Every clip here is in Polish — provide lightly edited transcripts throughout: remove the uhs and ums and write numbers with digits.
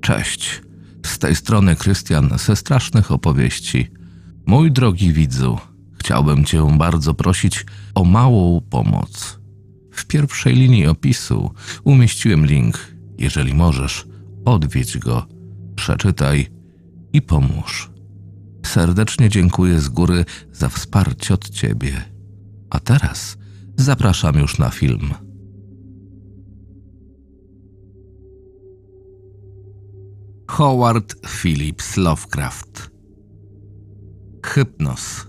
Cześć, z tej strony Krystian ze Strasznych Opowieści. Mój drogi widzu, chciałbym Cię bardzo prosić o małą pomoc. W pierwszej linii opisu umieściłem link. Jeżeli możesz, odwiedź go, przeczytaj i pomóż. Serdecznie dziękuję z góry za wsparcie od Ciebie. A teraz zapraszam już na film. Howard Phillips Lovecraft. Hypnos.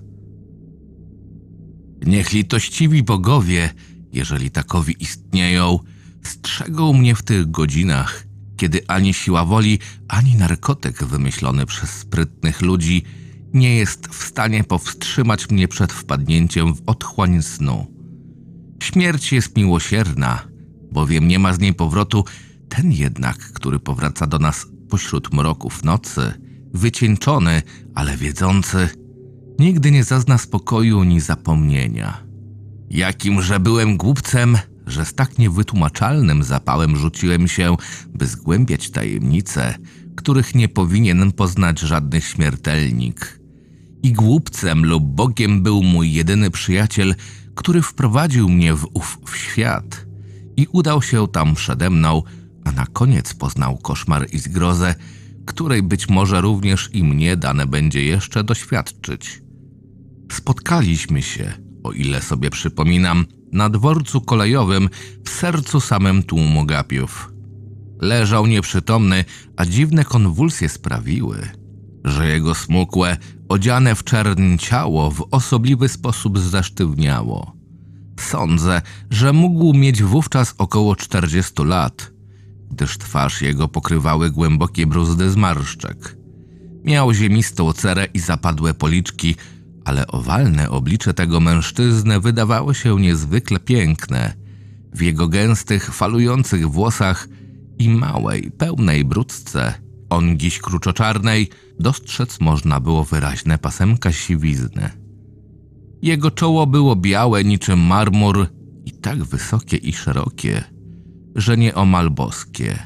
Niech litościwi bogowie, jeżeli takowi istnieją, strzegą mnie w tych godzinach, kiedy ani siła woli, ani narkotyk wymyślony przez sprytnych ludzi nie jest w stanie powstrzymać mnie przed wpadnięciem w otchłań snu. Śmierć jest miłosierna, bowiem nie ma z niej powrotu. Ten jednak, który powraca do nas pośród mroków nocy, wycieńczony, ale wiedzący, nigdy nie zazna spokoju ni zapomnienia. Jakimże byłem głupcem, że z tak niewytłumaczalnym zapałem rzuciłem się, by zgłębiać tajemnice, których nie powinien poznać żadny śmiertelnik. I głupcem lub Bogiem był mój jedyny przyjaciel, który wprowadził mnie w ów świat i udał się tam przede mną, a na koniec poznał koszmar i zgrozę, której być może również i mnie dane będzie jeszcze doświadczyć. Spotkaliśmy się, o ile sobie przypominam, na dworcu kolejowym w sercu samym tłumu gapiów. Leżał nieprzytomny, a dziwne konwulsje sprawiły, że jego smukłe, odziane w czerń ciało w osobliwy sposób zesztywniało. Sądzę, że mógł mieć wówczas około 40 lat, gdyż twarz jego pokrywały głębokie bruzdy zmarszczek. Miał ziemistą cerę i zapadłe policzki, ale owalne oblicze tego mężczyzny wydawało się niezwykle piękne. W jego gęstych, falujących włosach i małej, pełnej bródce, ongiś kruczoczarnej, dostrzec można było wyraźne pasemka siwizny. Jego czoło było białe niczym marmur i tak wysokie i szerokie, że nieomal boskie.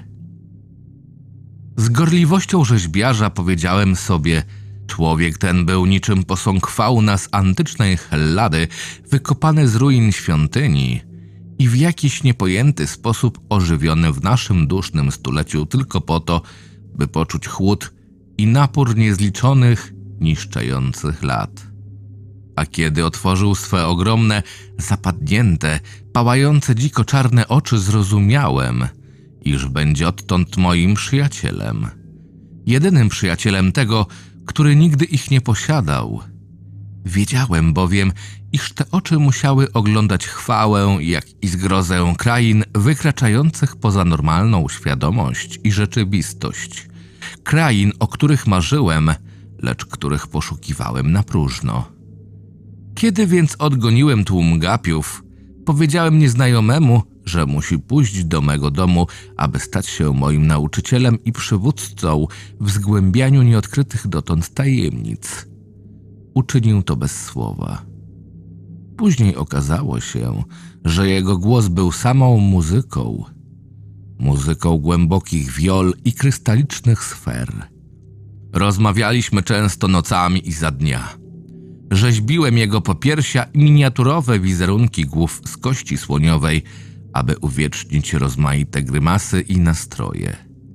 Z gorliwością rzeźbiarza powiedziałem sobie, człowiek ten był niczym posąg fauna z antycznej Hellady, wykopany z ruin świątyni i w jakiś niepojęty sposób ożywiony w naszym dusznym stuleciu tylko po to, by poczuć chłód i napór niezliczonych, niszczących lat. A kiedy otworzył swe ogromne, zapadnięte, pałające dziko czarne oczy, zrozumiałem, iż będzie odtąd moim przyjacielem. Jedynym przyjacielem tego, który nigdy ich nie posiadał. Wiedziałem bowiem, iż te oczy musiały oglądać chwałę, jak i zgrozę krain wykraczających poza normalną świadomość i rzeczywistość. Krain, o których marzyłem, lecz których poszukiwałem na próżno. Kiedy więc odgoniłem tłum gapiów, powiedziałem nieznajomemu, że musi pójść do mego domu, aby stać się moim nauczycielem i przywódcą w zgłębianiu nieodkrytych dotąd tajemnic. Uczynił to bez słowa. Później okazało się, że jego głos był samą muzyką. Muzyką głębokich wiol i krystalicznych sfer. Rozmawialiśmy często nocami i za dnia. Rzeźbiłem jego popiersia i miniaturowe wizerunki głów z kości słoniowej, aby uwiecznić rozmaite grymasy i nastroje.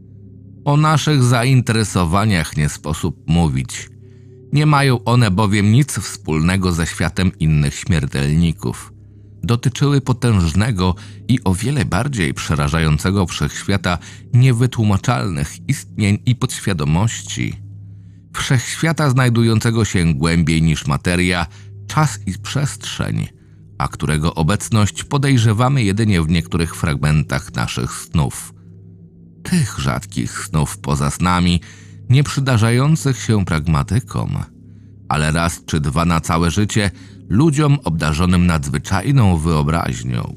O naszych zainteresowaniach nie sposób mówić. Nie mają one bowiem nic wspólnego ze światem innych śmiertelników. Dotyczyły potężnego i o wiele bardziej przerażającego wszechświata niewytłumaczalnych istnień i podświadomości. Wszechświata znajdującego się głębiej niż materia, czas i przestrzeń, a którego obecność podejrzewamy jedynie w niektórych fragmentach naszych snów. Tych rzadkich snów poza snami, nie przydarzających się pragmatykom, ale raz czy dwa na całe życie ludziom obdarzonym nadzwyczajną wyobraźnią.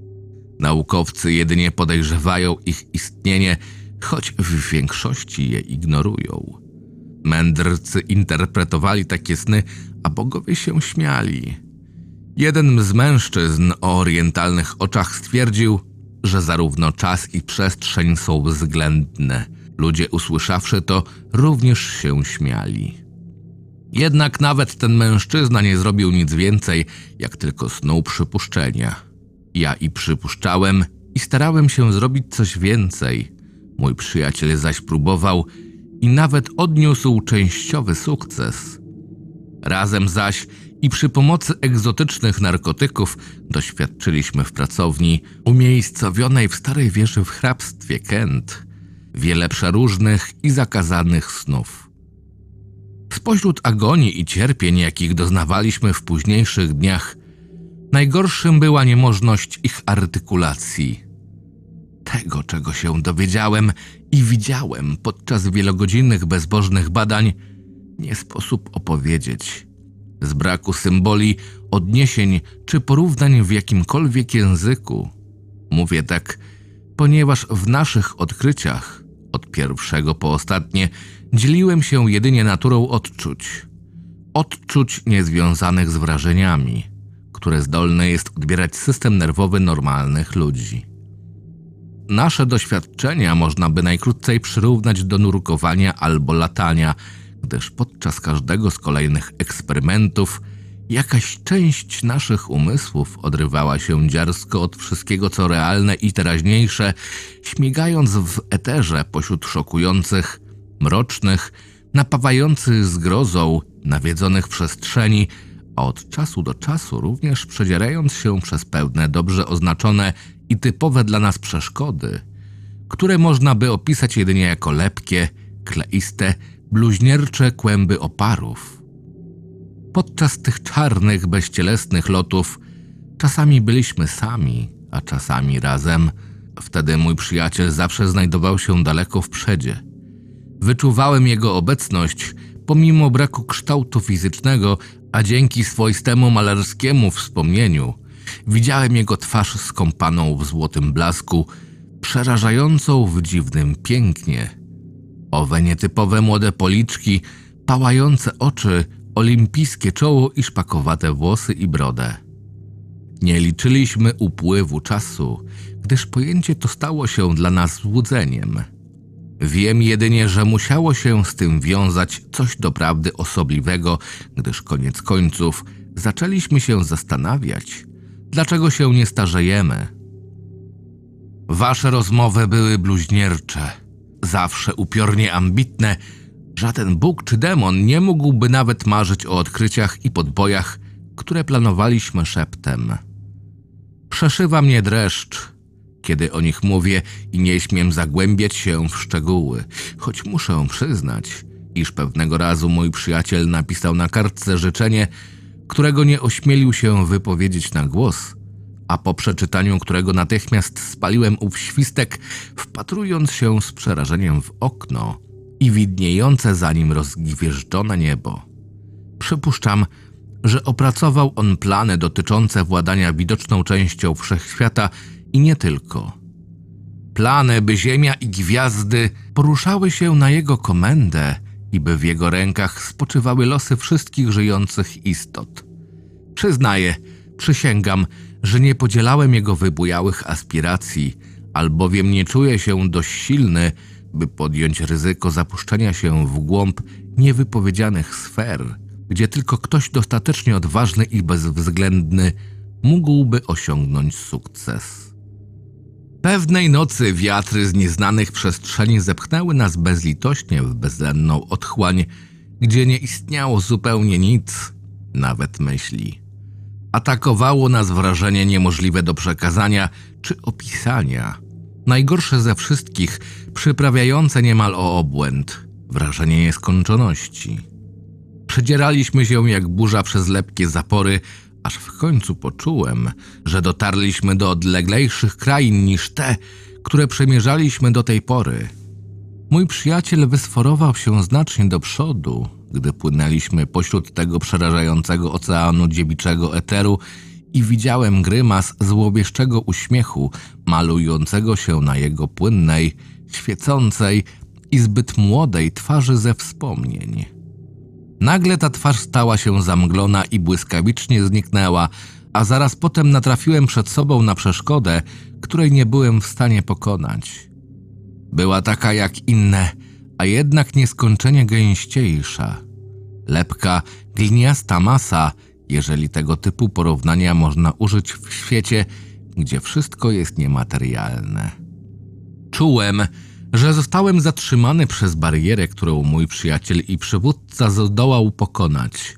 Naukowcy jedynie podejrzewają ich istnienie, choć w większości je ignorują. Mędrcy interpretowali takie sny, a bogowie się śmiali. Jeden z mężczyzn o orientalnych oczach stwierdził, że zarówno czas i przestrzeń są względne, Ludzie, usłyszawszy to, również się śmiali. Jednak nawet ten mężczyzna nie zrobił nic więcej, jak tylko snuł przypuszczenia. Ja i przypuszczałem i starałem się zrobić coś więcej. Mój przyjaciel zaś próbował i nawet odniósł częściowy sukces. Razem zaś i przy pomocy egzotycznych narkotyków doświadczyliśmy w pracowni umiejscowionej w starej wieży w hrabstwie Kent wiele przeróżnych i zakazanych snów. Spośród agonii i cierpień, jakich doznawaliśmy w późniejszych dniach, najgorszym była niemożność ich artykulacji. Tego, czego się dowiedziałem i widziałem podczas wielogodzinnych bezbożnych badań, nie sposób opowiedzieć. Z braku symboli, odniesień czy porównań w jakimkolwiek języku. Mówię tak, ponieważ w naszych odkryciach, od pierwszego po ostatnie, dzieliłem się jedynie naturą odczuć. Odczuć niezwiązanych z wrażeniami, które zdolny jest odbierać system nerwowy normalnych ludzi. Nasze doświadczenia można by najkrócej przyrównać do nurkowania albo latania, gdyż podczas każdego z kolejnych eksperymentów jakaś część naszych umysłów odrywała się dziarsko od wszystkiego, co realne i teraźniejsze, śmigając w eterze pośród szokujących, mrocznych, napawających zgrozą, nawiedzonych przestrzeni, a od czasu do czasu również przedzierając się przez pełne, dobrze oznaczone i typowe dla nas przeszkody, które można by opisać jedynie jako lepkie, kleiste, bluźniercze kłęby oparów. Podczas tych czarnych, bezcielesnych lotów czasami byliśmy sami, a czasami razem. Wtedy mój przyjaciel zawsze znajdował się daleko w przodzie. Wyczuwałem jego obecność pomimo braku kształtu fizycznego, a dzięki swoistemu malarskiemu wspomnieniu widziałem jego twarz skąpaną w złotym blasku, przerażającą w dziwnym pięknie. Owe nietypowe młode policzki, pałające oczy, olimpijskie czoło i szpakowate włosy i brodę. Nie liczyliśmy upływu czasu, gdyż pojęcie to stało się dla nas złudzeniem. Wiem jedynie, że musiało się z tym wiązać coś doprawdy osobliwego, gdyż koniec końców zaczęliśmy się zastanawiać, dlaczego się nie starzejemy. Wasze rozmowy były bluźniercze, zawsze upiornie ambitne. Żaden Bóg czy demon nie mógłby nawet marzyć o odkryciach i podbojach, które planowaliśmy szeptem. Przeszywa mnie dreszcz, kiedy o nich mówię i nie śmiem zagłębiać się w szczegóły, choć muszę przyznać, iż pewnego razu mój przyjaciel napisał na kartce życzenie, którego nie ośmielił się wypowiedzieć na głos, a po przeczytaniu którego natychmiast spaliłem ów świstek, wpatrując się z przerażeniem w okno i widniejące za nim rozgwieżdżone niebo. Przypuszczam, że opracował on plany dotyczące władania widoczną częścią wszechświata i nie tylko. Plany, by Ziemia i gwiazdy poruszały się na jego komendę i by w jego rękach spoczywały losy wszystkich żyjących istot. Przyznaję, przysięgam, że nie podzielałem jego wybujałych aspiracji, albowiem nie czuję się dość silny, by podjąć ryzyko zapuszczenia się w głąb niewypowiedzianych sfer, gdzie tylko ktoś dostatecznie odważny i bezwzględny mógłby osiągnąć sukces. Pewnej nocy wiatry z nieznanych przestrzeni zepchnęły nas bezlitośnie w bezsenną otchłań, gdzie nie istniało zupełnie nic, nawet myśli. Atakowało nas wrażenie niemożliwe do przekazania czy opisania. Najgorsze ze wszystkich, przyprawiające niemal o obłęd, wrażenie nieskończoności. Przedzieraliśmy się jak burza przez lepkie zapory, aż w końcu poczułem, że dotarliśmy do odleglejszych krain niż te, które przemierzaliśmy do tej pory. Mój przyjaciel wysforował się znacznie do przodu, gdy płynęliśmy pośród tego przerażającego oceanu dziewiczego eteru i widziałem grymas złowieszczego uśmiechu malującego się na jego płynnej, świecącej i zbyt młodej twarzy ze wspomnień. Nagle ta twarz stała się zamglona i błyskawicznie zniknęła, a zaraz potem natrafiłem przed sobą na przeszkodę, której nie byłem w stanie pokonać. Była taka jak inne, a jednak nieskończenie gęściejsza. Lepka, gliniasta masa, jeżeli tego typu porównania można użyć w świecie, gdzie wszystko jest niematerialne. Czułem, że zostałem zatrzymany przez barierę, którą mój przyjaciel i przywódca zdołał pokonać.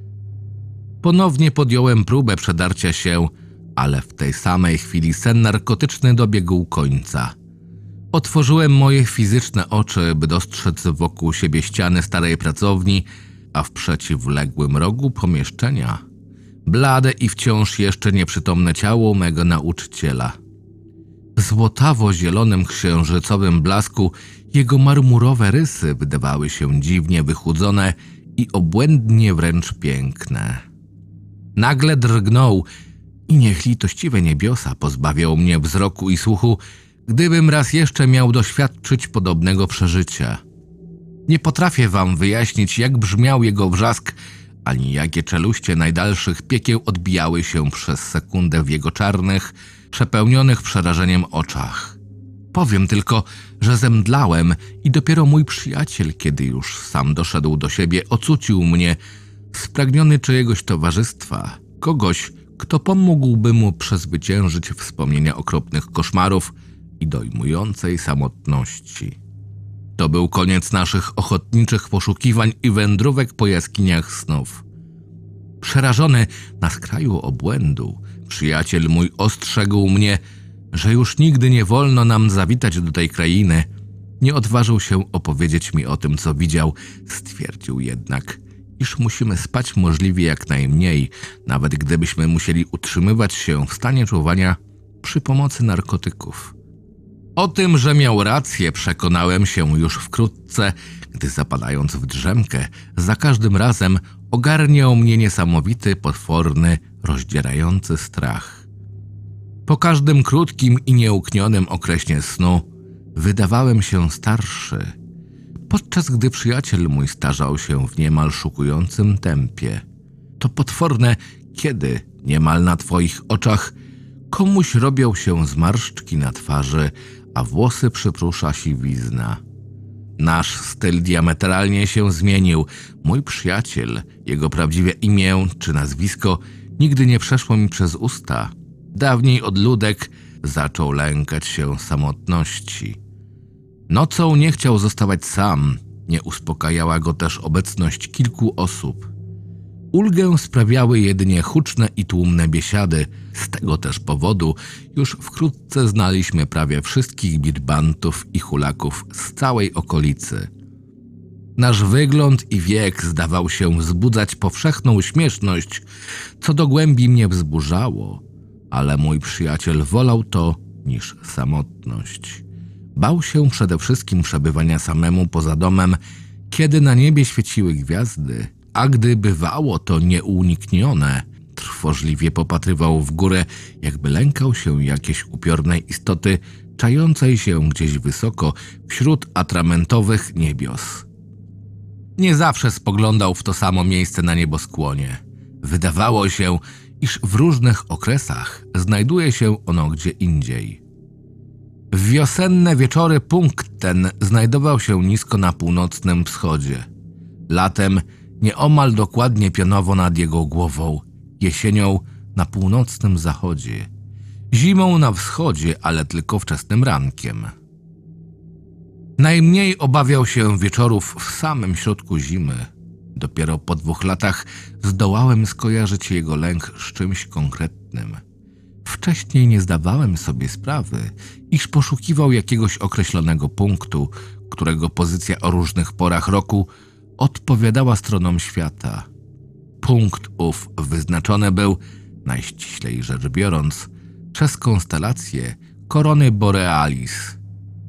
Ponownie podjąłem próbę przedarcia się, ale w tej samej chwili sen narkotyczny dobiegł końca. Otworzyłem moje fizyczne oczy, by dostrzec wokół siebie ściany starej pracowni, a w przeciwległym rogu pomieszczenia blade i wciąż jeszcze nieprzytomne ciało mego nauczyciela. W złotawo-zielonym księżycowym blasku jego marmurowe rysy wydawały się dziwnie wychudzone i obłędnie wręcz piękne. Nagle drgnął i niech litościwe niebiosa pozbawią mnie wzroku i słuchu, gdybym raz jeszcze miał doświadczyć podobnego przeżycia. Nie potrafię wam wyjaśnić, jak brzmiał jego wrzask, ani jakie czeluście najdalszych piekieł odbijały się przez sekundę w jego czarnych, przepełnionych przerażeniem oczach. Powiem tylko, że zemdlałem i dopiero mój przyjaciel, kiedy już sam doszedł do siebie, ocucił mnie, spragniony czyjegoś towarzystwa, kogoś, kto pomógłby mu przezwyciężyć wspomnienia okropnych koszmarów i dojmującej samotności. To był koniec naszych ochotniczych poszukiwań i wędrówek po jaskiniach snów. Przerażony na skraju obłędu, przyjaciel mój ostrzegł mnie, że już nigdy nie wolno nam zawitać do tej krainy. Nie odważył się opowiedzieć mi o tym, co widział. Stwierdził jednak, iż musimy spać możliwie jak najmniej, nawet gdybyśmy musieli utrzymywać się w stanie czuwania przy pomocy narkotyków. O tym, że miał rację, przekonałem się już wkrótce, gdy zapadając w drzemkę, za każdym razem ogarniał mnie niesamowity, potworny, rozdzierający strach. Po każdym krótkim i nieuknionym okresie snu wydawałem się starszy, podczas gdy przyjaciel mój starzał się w niemal szokującym tempie. To potworne, kiedy niemal na twoich oczach komuś robią się zmarszczki na twarzy, a włosy przyprusza siwizna. Nasz styl diametralnie się zmienił. Mój przyjaciel, jego prawdziwe imię czy nazwisko nigdy nie przeszło mi przez usta. Dawniej odludek zaczął lękać się samotności. Nocą nie chciał zostawać sam, nie uspokajała go też obecność kilku osób. Ulgę sprawiały jedynie huczne i tłumne biesiady. Z tego też powodu już wkrótce znaliśmy prawie wszystkich birbantów i hulaków z całej okolicy. Nasz wygląd i wiek zdawał się wzbudzać powszechną śmieszność, co do głębi mnie wzburzało, ale mój przyjaciel wolał to niż samotność. Bał się przede wszystkim przebywania samemu poza domem, kiedy na niebie świeciły gwiazdy, a gdy bywało to nieuniknione, trwożliwie popatrywał w górę, jakby lękał się jakiejś upiornej istoty czającej się gdzieś wysoko wśród atramentowych niebios. Nie zawsze spoglądał w to samo miejsce na nieboskłonie. Wydawało się, iż w różnych okresach znajduje się ono gdzie indziej. W wiosenne wieczory punkt ten znajdował się nisko na północnym wschodzie. Latem nieomal dokładnie pionowo nad jego głową, jesienią na północnym zachodzie, zimą na wschodzie, ale tylko wczesnym rankiem. Najmniej obawiał się wieczorów w samym środku zimy. Dopiero po 2 latach zdołałem skojarzyć jego lęk z czymś konkretnym. Wcześniej nie zdawałem sobie sprawy, iż poszukiwał jakiegoś określonego punktu, którego pozycja o różnych porach roku odpowiadała stronom świata. Punkt ów wyznaczony był, najściślej rzecz biorąc, przez konstelację Korony Borealis.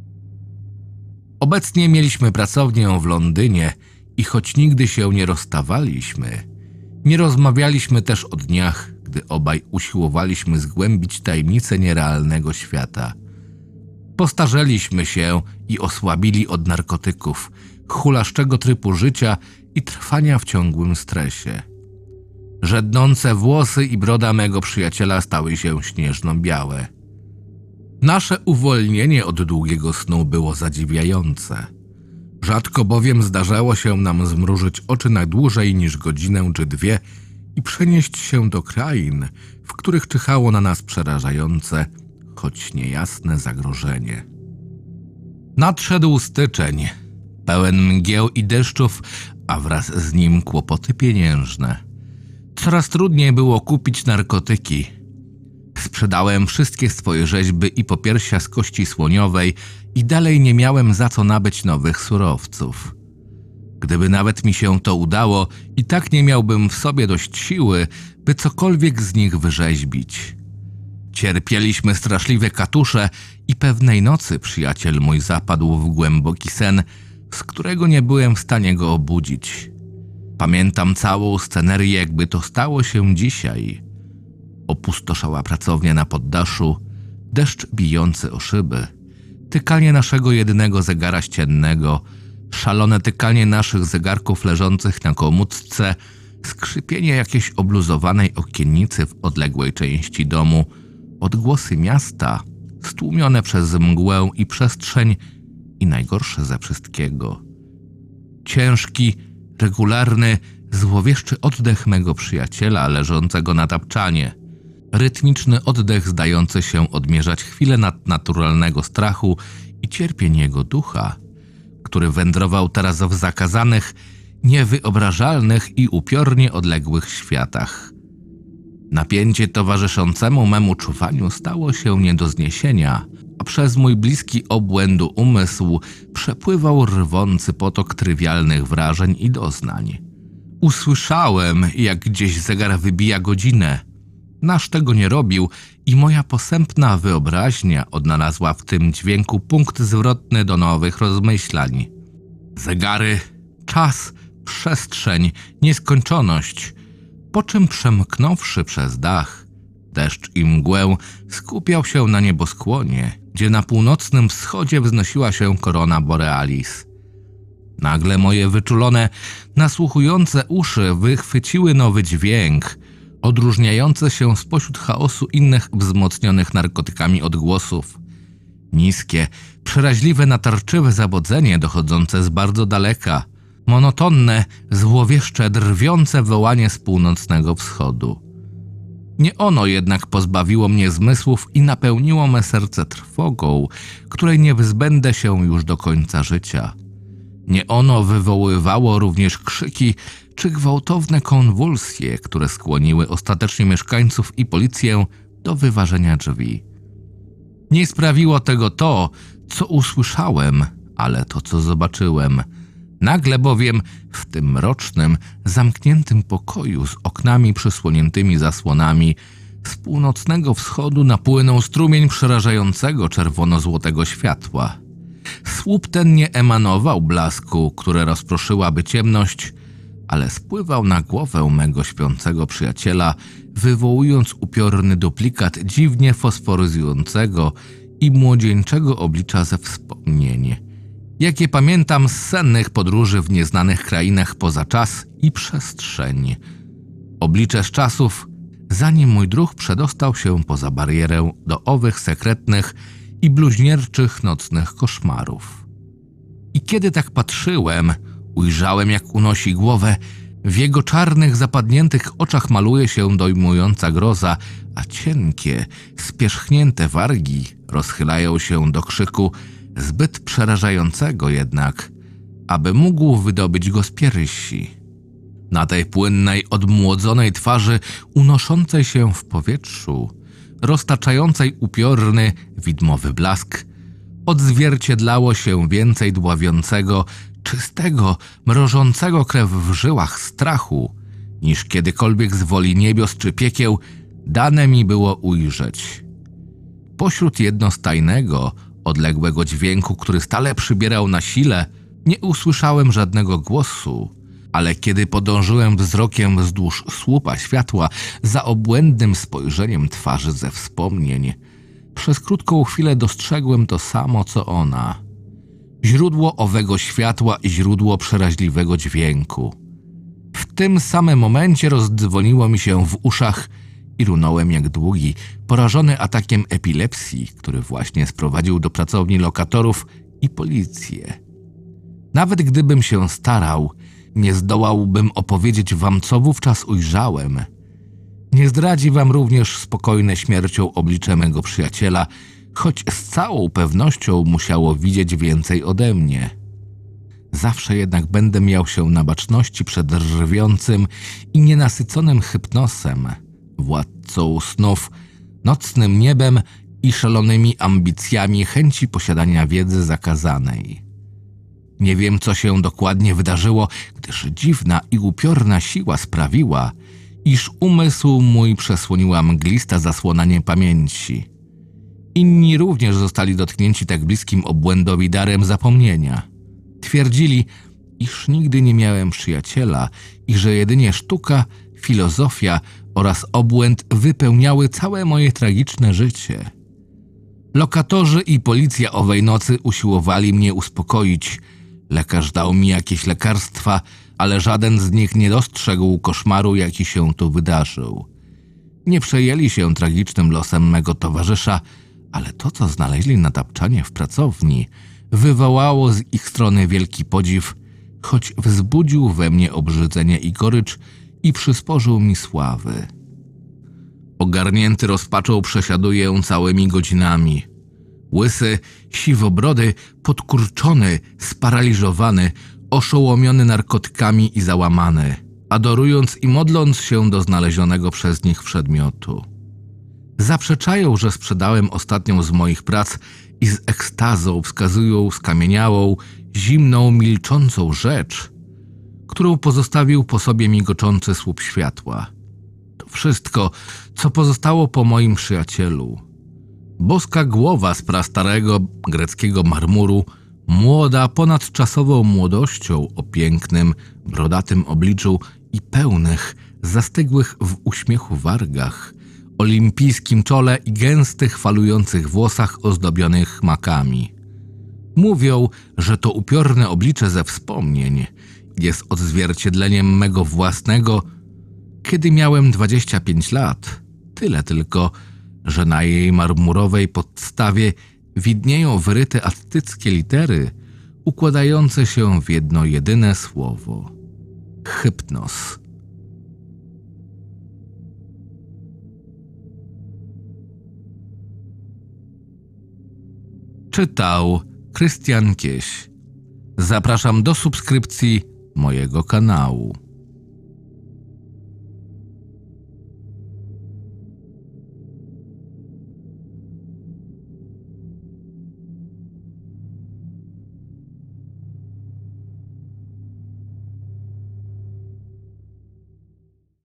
Obecnie mieliśmy pracownię w Londynie i choć nigdy się nie rozstawaliśmy, nie rozmawialiśmy też o dniach, gdy obaj usiłowaliśmy zgłębić tajemnice nierealnego świata. Postarzeliśmy się i osłabili od narkotyków, hulaszczego trybu życia i trwania w ciągłym stresie. Żednące włosy i broda mego przyjaciela stały się śnieżno-białe. Nasze uwolnienie od długiego snu było zadziwiające. Rzadko bowiem zdarzało się nam zmrużyć oczy na dłużej niż godzinę czy dwie i przenieść się do krain, w których czyhało na nas przerażające, choć niejasne zagrożenie. Nadszedł styczeń, pełen mgieł i deszczów, a wraz z nim kłopoty pieniężne. Coraz trudniej było kupić narkotyki. Sprzedałem wszystkie swoje rzeźby i popiersia z kości słoniowej i dalej nie miałem za co nabyć nowych surowców. Gdyby nawet mi się to udało, i tak nie miałbym w sobie dość siły, by cokolwiek z nich wyrzeźbić. Cierpieliśmy straszliwe katusze i pewnej nocy przyjaciel mój zapadł w głęboki sen, z którego nie byłem w stanie go obudzić. Pamiętam całą scenerię, jakby to stało się dzisiaj. Opustoszała pracownia na poddaszu, deszcz bijący o szyby, tykanie naszego jedynego zegara ściennego, szalone tykanie naszych zegarków leżących na komódce, skrzypienie jakiejś obluzowanej okiennicy w odległej części domu, odgłosy miasta, stłumione przez mgłę i przestrzeń i najgorsze ze wszystkiego. Ciężki, regularny, złowieszczy oddech mego przyjaciela leżącego na tapczanie. Rytmiczny oddech zdający się odmierzać chwilę nadnaturalnego strachu i cierpień jego ducha, który wędrował teraz w zakazanych, niewyobrażalnych i upiornie odległych światach. Napięcie towarzyszącemu memu czuwaniu stało się nie do zniesienia, a przez mój bliski obłędu umysł przepływał rwący potok trywialnych wrażeń i doznań. Usłyszałem, jak gdzieś zegar wybija godzinę. Nasz tego nie robił i moja posępna wyobraźnia odnalazła w tym dźwięku punkt zwrotny do nowych rozmyślań. Zegary, czas, przestrzeń, nieskończoność, po czym przemknąwszy przez dach, deszcz i mgłę, skupiał się na nieboskłonie, gdzie na północnym wschodzie wznosiła się korona borealis. Nagle moje wyczulone, nasłuchujące uszy wychwyciły nowy dźwięk, odróżniający się spośród chaosu innych wzmocnionych narkotykami odgłosów. Niskie, przeraźliwe, natarczywe zawodzenie dochodzące z bardzo daleka, monotonne, złowieszcze, drwiące wołanie z północnego wschodu. Nie ono jednak pozbawiło mnie zmysłów i napełniło me serce trwogą, której nie wyzbędę się już do końca życia. Nie ono wywoływało również krzyki czy gwałtowne konwulsje, które skłoniły ostatecznie mieszkańców i policję do wyważenia drzwi. Nie sprawiło tego to, co usłyszałem, ale to, co zobaczyłem. Nagle bowiem w tym mrocznym, zamkniętym pokoju z oknami przysłoniętymi zasłonami z północnego wschodu napłynął strumień przerażającego czerwono-złotego światła. Słup ten nie emanował blasku, które rozproszyłaby ciemność, ale spływał na głowę mego śpiącego przyjaciela, wywołując upiorny duplikat dziwnie fosforyzującego i młodzieńczego oblicza ze wspomnień, jakie pamiętam z sennych podróży w nieznanych krainach poza czas i przestrzeń. Oblicze z czasów, zanim mój druh przedostał się poza barierę do owych sekretnych i bluźnierczych nocnych koszmarów. I kiedy tak patrzyłem, ujrzałem, jak unosi głowę, w jego czarnych, zapadniętych oczach maluje się dojmująca groza, a cienkie, spierzchnięte wargi rozchylają się do krzyku, zbyt przerażającego jednak, aby mógł wydobyć go z piersi. Na tej płynnej, odmłodzonej twarzy, unoszącej się w powietrzu, roztaczającej upiorny, widmowy blask, odzwierciedlało się więcej dławiącego, czystego, mrożącego krew w żyłach strachu, niż kiedykolwiek z woli niebios czy piekieł dane mi było ujrzeć. Pośród jednostajnego, odległego dźwięku, który stale przybierał na sile, nie usłyszałem żadnego głosu, ale kiedy podążyłem wzrokiem wzdłuż słupa światła za obłędnym spojrzeniem twarzy ze wspomnień, przez krótką chwilę dostrzegłem to samo, co ona. Źródło owego światła i źródło przeraźliwego dźwięku. W tym samym momencie rozdzwoniło mi się w uszach i runąłem jak długi, porażony atakiem epilepsji, który właśnie sprowadził do pracowni lokatorów i policję. Nawet gdybym się starał, nie zdołałbym opowiedzieć wam, co wówczas ujrzałem. Nie zdradzi wam również spokojne śmiercią oblicze mego przyjaciela, choć z całą pewnością musiało widzieć więcej ode mnie. Zawsze jednak będę miał się na baczności przed rwiącym i nienasyconym hypnosem, władcą snów, nocnym niebem i szalonymi ambicjami chęci posiadania wiedzy zakazanej. Nie wiem, co się dokładnie wydarzyło, gdyż dziwna i upiorna siła sprawiła, iż umysł mój przesłoniła mglista zasłona niepamięci. Inni również zostali dotknięci tak bliskim obłędowi darem zapomnienia. Twierdzili, iż nigdy nie miałem przyjaciela i że jedynie sztuka, filozofia oraz obłęd wypełniały całe moje tragiczne życie. Lokatorzy i policja owej nocy usiłowali mnie uspokoić. Lekarz dał mi jakieś lekarstwa, ale żaden z nich nie dostrzegł koszmaru, jaki się tu wydarzył. Nie przejęli się tragicznym losem mego towarzysza, ale to, co znaleźli na tapczanie w pracowni, wywołało z ich strony wielki podziw, choć wzbudził we mnie obrzydzenie i gorycz i przysporzył mi sławy. Ogarnięty rozpaczą przesiaduję całymi godzinami. Łysy, siwobrody, podkurczony, sparaliżowany, oszołomiony narkotykami i załamany, adorując i modląc się do znalezionego przez nich przedmiotu. Zaprzeczają, że sprzedałem ostatnią z moich prac i z ekstazą wskazują skamieniałą, zimną, milczącą rzecz, którą pozostawił po sobie migoczący słup światła. To wszystko, co pozostało po moim przyjacielu. Boska głowa z prastarego greckiego marmuru, młoda ponadczasową młodością o pięknym, brodatym obliczu i pełnych, zastygłych w uśmiechu wargach, olimpijskim czole i gęstych, falujących włosach ozdobionych makami. Mówią, że to upiorne oblicze ze wspomnień jest odzwierciedleniem mego własnego, kiedy miałem 25 lat. Tyle tylko, że na jej marmurowej podstawie widnieją wyryte azteckie litery układające się w jedno jedyne słowo – hypnos. Czytał Krystian Kieś. Zapraszam do subskrypcji mojego kanału.